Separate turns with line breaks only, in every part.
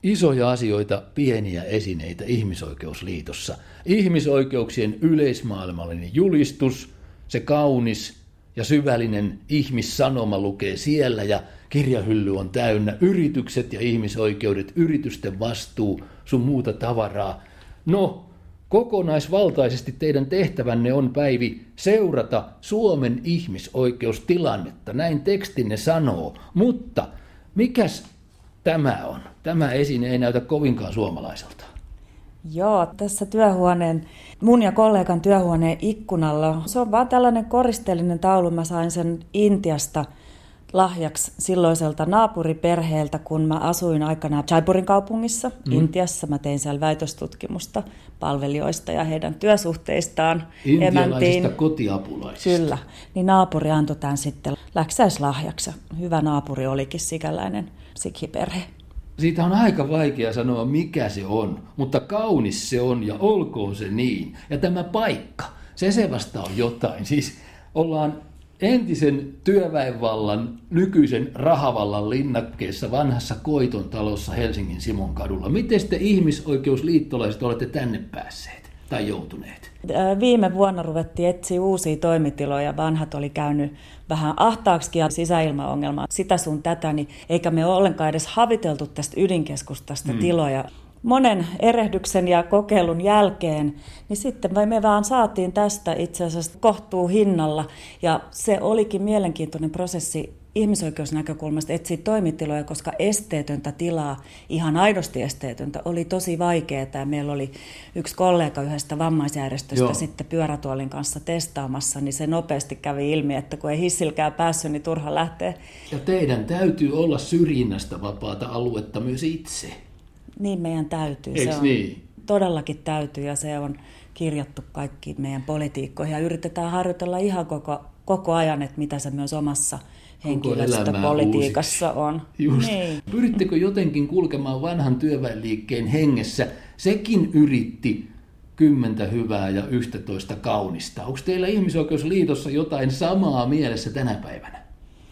isoja asioita, pieniä esineitä Ihmisoikeusliitossa. Ihmisoikeuksien yleismaailmallinen julistus, se kaunis ja syvällinen ihmissanoma lukee siellä ja kirjahylly on täynnä yritykset ja ihmisoikeudet, yritysten vastuu, sun muuta tavaraa. No, kokonaisvaltaisesti teidän tehtävänne on, Päivi, seurata Suomen ihmisoikeustilannetta. Näin tekstinne sanoo, mutta mikäs tämä on? Tämä esine ei näytä kovinkaan suomalaiselta.
Joo, tässä mun ja kollegan työhuoneen ikkunalla, se on vaan tällainen koristeellinen taulu. Mä sain sen Intiasta lahjaksi silloiselta naapuriperheeltä, kun mä asuin aikanaan Jaipurin kaupungissa Intiassa. Mä tein siellä väitöstutkimusta palvelijoista ja heidän työsuhteistaan.
Intialaisista kotiapulaisista.
Kyllä, niin naapuri antoi tämän sitten läksäislahjaksi. Hyvä naapuri olikin sikäläinen sikhiperhe.
Siitä on aika vaikea sanoa, mikä se on, mutta kaunis se on ja olkoon se niin. Ja tämä paikka, se vasta on jotain. Siis ollaan entisen työväenvallan, nykyisen rahavallan linnakkeessa vanhassa Koiton talossa Helsingin Simonkadulla. Miten te ihmisoikeusliittolaiset olette tänne päässeet tai joutuneet?
Viime vuonna ruvettiin etsiä uusia toimitiloja. Vanhat oli käynyt vähän ahtaaksikin ja sisäilmaongelmaa, sitä sun tätä, niin eikä me ole ollenkaan edes haviteltu tästä ydinkeskustasta tiloja. Monen erehdyksen ja kokeilun jälkeen, niin sitten me vaan saatiin tästä itse asiassa kohtuu hinnalla. Ja se olikin mielenkiintoinen prosessi ihmisoikeusnäkökulmasta etsiä toimitiloja, koska esteetöntä tilaa, ihan aidosti esteetöntä, oli tosi vaikeaa. Meillä oli yksi kollega yhdestä vammaisjärjestöstä sitten pyörätuolin kanssa testaamassa, niin se nopeasti kävi ilmi, että kun ei hissilkään päässyt, niin turha lähteä.
Ja teidän täytyy olla syrjinnästä vapaata aluetta myös itse.
Niin meidän täytyy.
Eikö
se on
niin?
Todellakin täytyy ja se on kirjattu kaikkiin meidän politiikkoihin ja yritetään harjoitella ihan koko ajan, että mitä se myös omassa henkilöstöpolitiikassa on.
Just. Niin. Pyrittekö jotenkin kulkemaan vanhan työväenliikkeen hengessä? Sekin yritti 10 hyvää ja 11 kaunista. Onko teillä Ihmisoikeusliitossa jotain samaa mielessä tänä päivänä?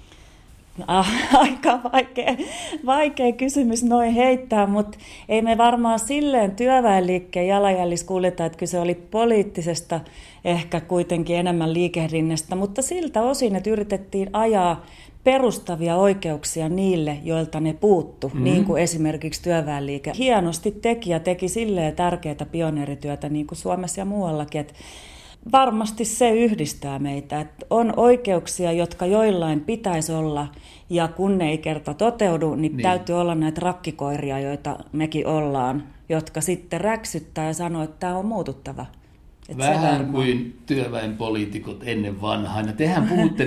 Aika vaikea kysymys noin heittää, mutta ei me varmaan silleen työväenliikkeen jalanjäljissä kuljeta, että kyse oli poliittisesta ehkä kuitenkin enemmän liikehdinnästä, mutta siltä osin, että yritettiin ajaa perustavia oikeuksia niille, joilta ne puuttu, niin kuin esimerkiksi työväenliike. Hienosti teki silleen tärkeää pioneerityötä niin kuin Suomessa ja muuallakin, että varmasti se yhdistää meitä, että on oikeuksia, jotka joillain pitäisi olla, ja kun ne ei kerta toteudu, niin täytyy olla näitä rakkikoiria, joita mekin ollaan, jotka sitten räksyttää ja sanoo, että tämä on muututtava. Että
vähän kuin työväenpoliitikot ennen vanhaina. Tehän puhutte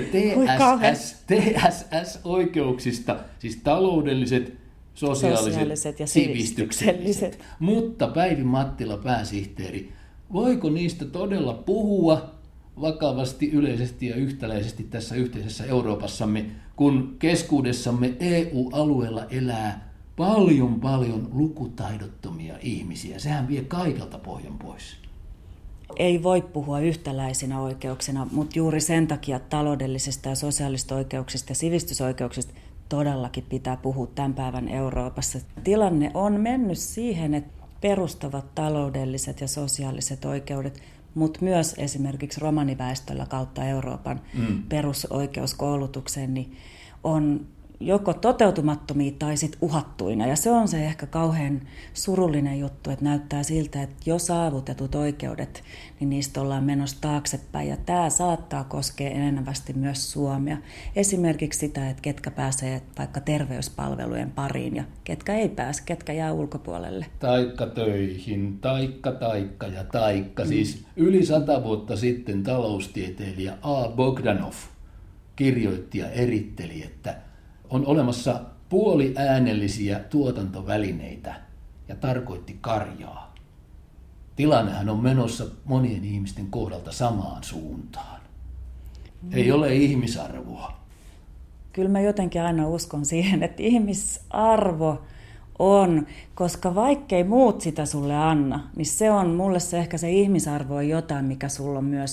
TSS-oikeuksista, siis taloudelliset, sosiaaliset ja sivistykselliset. Mutta Päivi Mattila, pääsihteeri, voiko niistä todella puhua vakavasti, yleisesti ja yhtäläisesti tässä yhteisessä Euroopassamme, kun keskuudessamme EU-alueella elää paljon lukutaidottomia ihmisiä? Sehän vie kaikelta pohjan pois.
Ei voi puhua yhtäläisinä oikeuksina, mutta juuri sen takia taloudellisista ja sosiaalisista oikeuksista ja sivistysoikeuksista todellakin pitää puhua tämän päivän Euroopassa. Tilanne on mennyt siihen, että perustavat taloudelliset ja sosiaaliset oikeudet, mutta myös esimerkiksi romaniväestöllä kautta Euroopan perusoikeuskoulutukseen, niin on joko toteutumattomia tai sitten uhattuina. Ja se on se ehkä kauhean surullinen juttu, että näyttää siltä, että jo saavutetut oikeudet, niin niistä ollaan menossa taaksepäin. Ja tämä saattaa koskea enenevästi myös Suomea. Esimerkiksi sitä, että ketkä pääsee vaikka terveyspalvelujen pariin ja ketkä ei pääse, ketkä jää ulkopuolelle.
Taikka töihin, taikka. Siis yli 100 vuotta sitten taloustieteilijä A. Bogdanov kirjoitti ja eritteli, että on olemassa puoliäänellisiä tuotantovälineitä ja tarkoitti karjaa. Tilannehan on menossa monien ihmisten kohdalta samaan suuntaan. Ei ole ihmisarvoa.
Kyllä mä jotenkin aina uskon siihen, että ihmisarvo on, koska vaikkei muut sitä sulle anna, niin se on mulle se ehkä se ihmisarvo on jotain, mikä sulla on myös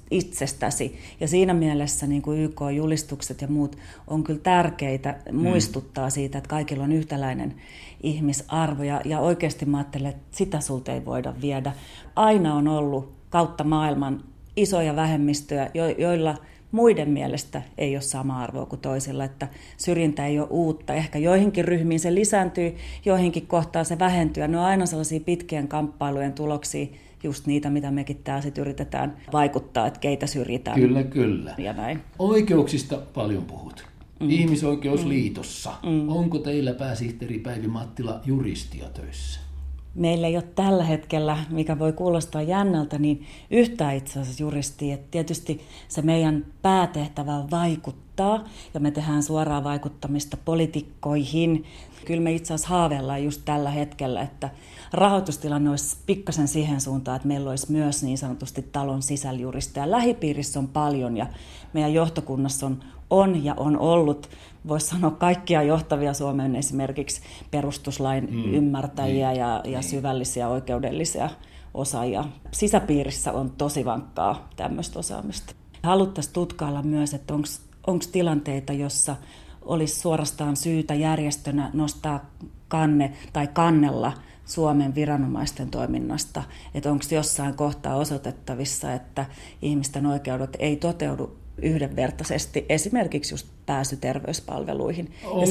itsestäsi. Ja siinä mielessä niin kuin YK-julistukset ja muut on kyllä tärkeitä muistuttaa siitä, että kaikilla on yhtäläinen ihmisarvo. Ja oikeasti mä ajattelen, että sitä sulta ei voida viedä. Aina on ollut kautta maailman isoja vähemmistöjä, joilla muiden mielestä ei ole sama arvoa kuin toisilla, että syrjintä ei ole uutta. Ehkä joihinkin ryhmiin se lisääntyy, joihinkin kohtaa se vähentyy. Ne on aina sellaisia pitkien kamppailujen tuloksia, just niitä, mitä mekin täällä sit yritetään vaikuttaa, että keitä syrjitään.
Kyllä.
Ja näin.
Oikeuksista paljon puhut. Ihmisoikeusliitossa. Onko teillä pääsihteeri Päivi Mattila juristia töissä?
Meillä ei ole tällä hetkellä, mikä voi kuulostaa jännältä, niin yhtään itse asiassa juristia. Et tietysti se meidän päätehtävä on vaikuttaa, ja me tehdään suoraa vaikuttamista poliitikkoihin. Kyllä me itse asiassa haaveillaan just tällä hetkellä, että rahoitustilanne olisi pikkasen siihen suuntaan, että meillä olisi myös niin sanotusti talon sisäljuristeja. Lähipiirissä on paljon, ja meidän johtokunnassa on ja on ollut, voisi sanoa kaikkia johtavia Suomen esimerkiksi perustuslain ymmärtäjiä ja syvällisiä oikeudellisia osaajia. Sisäpiirissä on tosi vankkaa tämmöistä osaamista. Haluttaisiin tutkailla myös, että onko tilanteita, jossa olisi suorastaan syytä järjestönä nostaa kanne tai kannella Suomen viranomaisten toiminnasta, että onko jossain kohtaa osoitettavissa, että ihmisten oikeudet ei toteudu yhdenvertaisesti, esimerkiksi just pääsy terveyspalveluihin.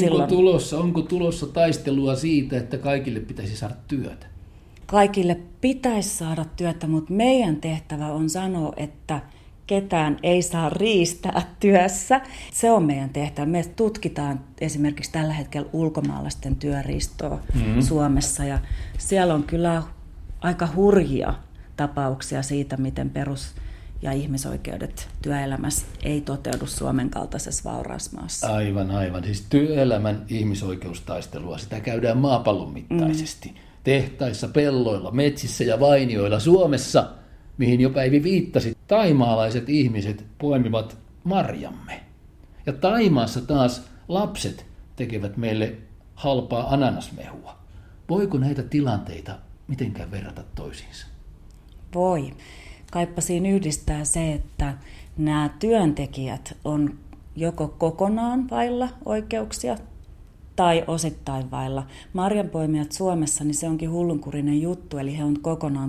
Onko tulossa taistelua siitä, että kaikille pitäisi saada työtä?
Kaikille pitäisi saada työtä, mutta meidän tehtävä on sanoa, että ketään ei saa riistää työssä. Se on meidän tehtävä. Me tutkitaan esimerkiksi tällä hetkellä ulkomaalaisten työriistoa Suomessa, ja siellä on kyllä aika hurjia tapauksia siitä, miten perus- ja ihmisoikeudet työelämässä ei toteudu Suomen kaltaisessa vauraassa maassa.
Aivan. Siis työelämän ihmisoikeustaistelua, sitä käydään maapallon mittaisesti. Tehtaissa, pelloilla, metsissä ja vainioilla Suomessa, mihin jo Päivi viittasi, taimaalaiset ihmiset poimivat marjamme. Ja Taimaassa taas lapset tekevät meille halpaa ananasmehua. Voiko näitä tilanteita mitenkään verrata toisiinsa?
Voi. Kaipa siinä yhdistää se, että nämä työntekijät on joko kokonaan vailla oikeuksia tai osittain vailla. Marjanpoimijat Suomessa, niin se onkin hullunkurinen juttu, eli he on kokonaan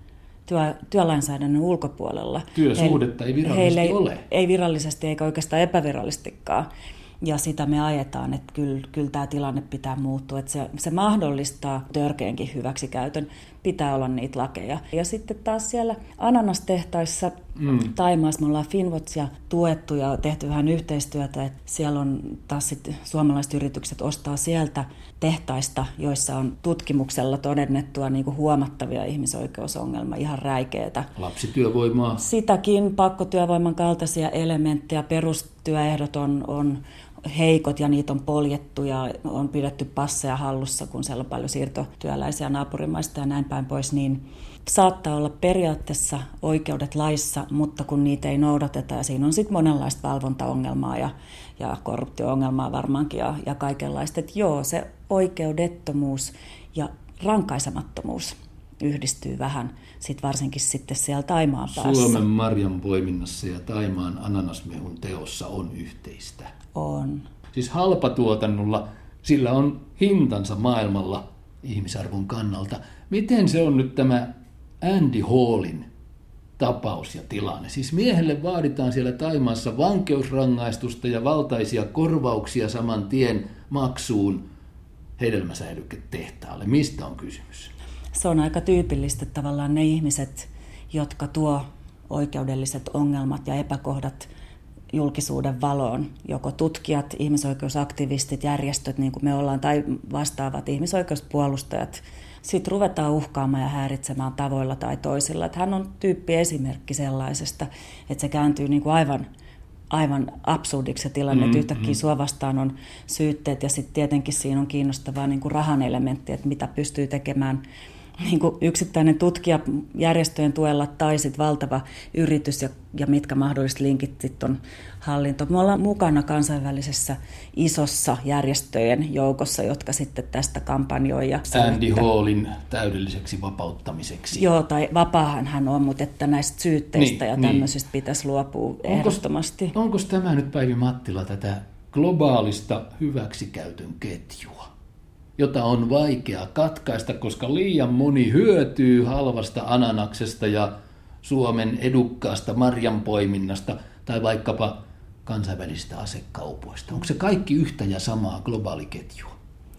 työlainsäädännön ulkopuolella.
Työsuhdetta ei virallisesti ole.
Ei virallisesti eikä oikeastaan epävirallistikaan. Ja sitä me ajetaan, että kyllä tämä tilanne pitää muuttua. Että se mahdollistaa törkeänkin hyväksikäytön. Pitää olla niitä lakeja. Ja sitten taas siellä ananastehtaissa Thaimaassa me ollaan Finnwatchia tuettu ja tehty vähän yhteistyötä. Että siellä on taas sitten suomalaiset yritykset ostaa sieltä tehtaista, joissa on tutkimuksella todennettua niin kuin huomattavia ihmisoikeusongelmia, ihan räikeitä.
Lapsityövoimaa.
Sitäkin pakkotyövoiman kaltaisia elementtejä, perustyöehdot on heikot ja niitä on poljettu ja on pidetty passeja hallussa, kun siellä on paljon siirtotyöläisiä naapurimaista ja näin päin pois, niin saattaa olla periaatteessa oikeudet laissa, mutta kun niitä ei noudateta ja siinä on sitten monenlaista valvontaongelmaa ja korruptio-ongelmaa varmaankin ja kaikenlaista, että joo, se oikeudettomuus ja rankaisemattomuus yhdistyy vähän, varsinkin sitten siellä Thaimaan päässä.
Suomen marjanpoiminnassa ja Thaimaan ananasmehun teossa on yhteistä.
On.
Siis halpatuotannolla, sillä on hintansa maailmalla ihmisarvon kannalta. Miten se on nyt tämä Andy Hallin tapaus ja tilanne? Siis miehelle vaaditaan siellä Thaimaassa vankeusrangaistusta ja valtaisia korvauksia saman tien maksuun hedelmäsäilyketehtaalle. Mistä on kysymys?
Se on aika tyypillistä, että tavallaan ne ihmiset, jotka tuo oikeudelliset ongelmat ja epäkohdat julkisuuden valoon, joko tutkijat, ihmisoikeusaktivistit, järjestöt, niin kuin me ollaan, tai vastaavat ihmisoikeuspuolustajat, sitten ruvetaan uhkaamaan ja häiritsemään tavoilla tai toisilla. Että hän on tyyppiesimerkki sellaisesta, että se kääntyy niin kuin aivan absurdiksi se tilanne, että yhtäkkiä sua vastaan on syytteet ja sitten tietenkin siinä on kiinnostavaa niin kuin rahan elementti, että mitä pystyy tekemään niin kuin yksittäinen tutkija järjestöjen tuella tai sitten valtava yritys ja mitkä mahdolliset linkit sitten on hallinto. Me ollaan mukana kansainvälisessä isossa järjestöjen joukossa, jotka sitten tästä kampanjoi.
Andy Hallin täydelliseksi vapauttamiseksi.
Joo, tai vapaahan hän on, mutta että näistä syytteistä ja tämmöisistä pitäisi luopua ehdottomasti.
Onko tämä nyt, Päivi Mattila, tätä globaalista hyväksikäytön ketjua, jota on vaikea katkaista, koska liian moni hyötyy halvasta ananaksesta ja Suomen edukkaasta marjanpoiminnasta tai vaikkapa kansainvälisistä asekaupoista? Onko se kaikki yhtä ja samaa globaaliketjua?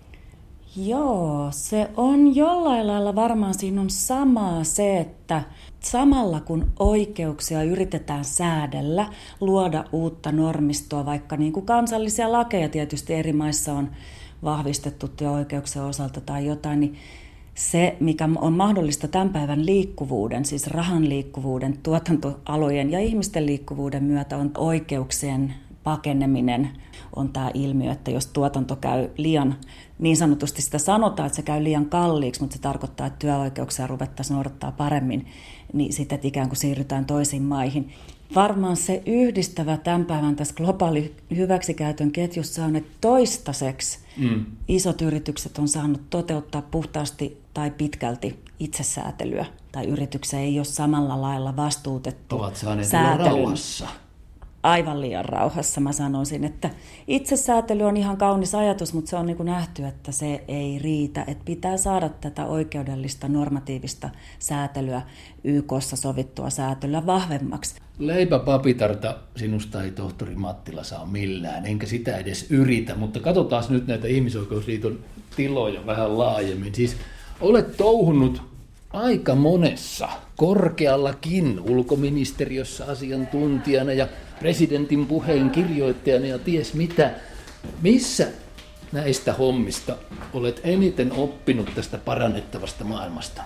Joo, se on jollain lailla varmaan siinä on samaa se, että samalla kun oikeuksia yritetään säädellä, luoda uutta normistoa, vaikka niin kuin kansallisia lakeja tietysti eri maissa on vahvistettu työoikeuksien osalta tai jotain, niin se, mikä on mahdollista tämän päivän liikkuvuuden, siis rahan liikkuvuuden, tuotantoalojen ja ihmisten liikkuvuuden myötä on oikeuksien pakeneminen, on tämä ilmiö, että jos tuotanto käy liian, niin sanotusti sitä sanotaan, että se käy liian kalliiksi, mutta se tarkoittaa, että työoikeuksia ruvettaisiin noudattaa paremmin, niin sitten ikään kuin siirrytään toisiin maihin. Varmaan se yhdistävä tämän päivän tässä globaali hyväksikäytön ketjussa on, että toistaiseksi isot yritykset on saanut toteuttaa puhtaasti tai pitkälti itsesäätelyä, tai yrityksiä ei ole samalla lailla vastuutettu
ovat saaneet rauhassa.
Aivan liian rauhassa mä sanoisin, että itsesäätely on ihan kaunis ajatus, mutta se on niin kuin nähty, että se ei riitä, että pitää saada tätä oikeudellista normatiivista säätelyä, YK:ssa sovittua säätelyä vahvemmaksi.
Leipäpapitarta sinusta ei tohtori Mattila saa millään, enkä sitä edes yritä, mutta katsotaan nyt näitä Ihmisoikeusliiton tiloja vähän laajemmin. Siis olet touhunut aika monessa, korkeallakin ulkoministeriössä asiantuntijana ja presidentin puheen kirjoittajana ja ties mitä. Missä näistä hommista olet eniten oppinut tästä parannettavasta maailmastamme?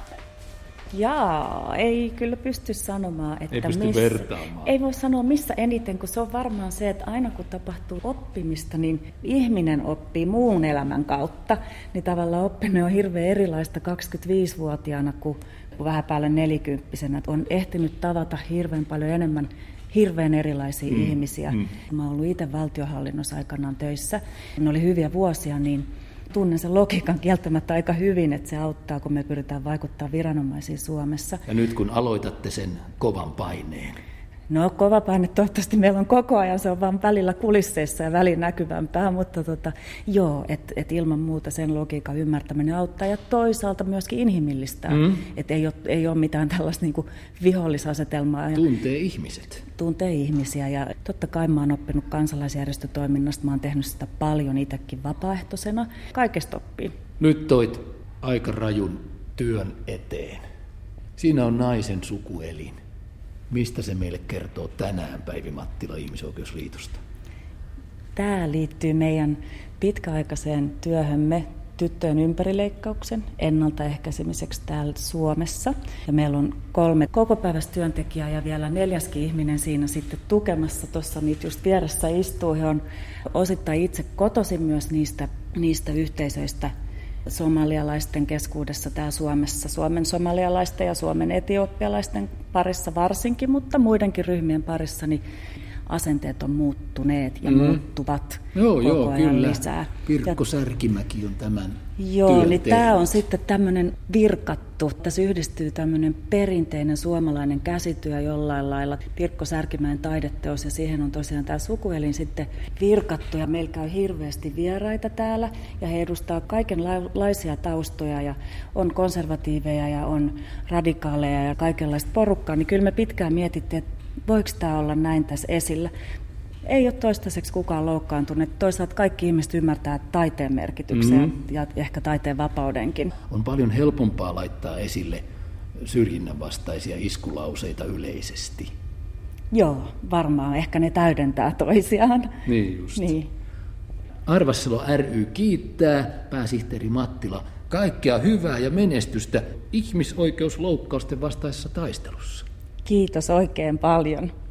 Jaa, ei kyllä pysty sanomaan, että
ei pysty vertaamaan.
Ei voi sanoa missä eniten, kun se on varmaan se, että aina kun tapahtuu oppimista, niin ihminen oppii muun elämän kautta. Niin tavallaan oppiminen on hirveän erilaista 25-vuotiaana kuin vähän päälle 40-vuotiaana. On ehtinyt tavata hirveän paljon enemmän hirveän erilaisia ihmisiä. Mä oon ollut itse valtionhallinnossa aikanaan töissä. Ne oli hyviä vuosia, niin tunnen sen logiikan kieltämättä aika hyvin, että se auttaa, kun me pyritään vaikuttamaan viranomaisiin Suomessa.
Ja nyt kun aloitatte sen kovan paineen?
No kova paine toivottavasti meillä on koko ajan, se on vaan välillä kulisseissa ja välillä näkyvämpää, mutta joo, että ilman muuta sen logiikan ymmärtäminen auttaa ja toisaalta myöskin inhimillistää, että ei ole mitään tällaista niin kuin vihollisasetelmaa.
Tuntee ihmiset.
Tuntee ihmisiä ja totta kai mä oon oppinut kansalaisjärjestötoiminnasta, mä oon tehnyt sitä paljon itsekin vapaaehtoisena, kaikesta oppii.
Nyt toit aika rajun työn eteen. Siinä on naisen sukuelin. Mistä se meille kertoo tänään, Päivi Mattila Ihmisoikeusliitosta? Tämä
liittyy meidän pitkäaikaiseen työhömme tyttöjen ympärileikkauksen ennaltaehkäisemiseksi täällä Suomessa. Ja meillä on 3 kokopäiväistä työntekijää ja vielä 4. ihminen siinä sitten tukemassa. Tuossa niitä just vieressä istuu. He on osittain itse kotoisin myös niistä yhteisöistä, somalialaisten keskuudessa täällä Suomessa, Suomen somalialaisten ja Suomen etiopialaisten parissa varsinkin, mutta muidenkin ryhmien parissa niin asenteet on muuttuneet ja muuttuvat koko ajan
kyllä.
Lisää.
Pirkko Särkimäki on tämän
Joo, niin tämä on sitten tämmöinen virkattu. Tässä yhdistyy tämmöinen perinteinen suomalainen käsityö jollain lailla. Pirkko Särkimäen taideteos ja siihen on tosiaan tämä sukuelin sitten virkattu. Ja meillä käy hirveästi vieraita täällä ja he edustaa kaikenlaisia taustoja ja on konservatiiveja ja on radikaaleja ja kaikenlaista porukkaa. Niin kyllä me pitkään mietittiin, että voiko tämä olla näin tässä esillä. Ei ole toistaiseksi kukaan loukkaantunut. Toisaalta kaikki ihmiset ymmärtää taiteen merkityksen ja ehkä taiteen vapaudenkin.
On paljon helpompaa laittaa esille syrjinnän vastaisia iskulauseita yleisesti.
Joo, varmaan. Ehkä ne täydentää toisiaan.
Niin just.
Niin.
Arvassalo ry kiittää, pääsihteeri Mattila, kaikkea hyvää ja menestystä ihmisoikeusloukkausten vastaisessa taistelussa.
Kiitos oikein paljon.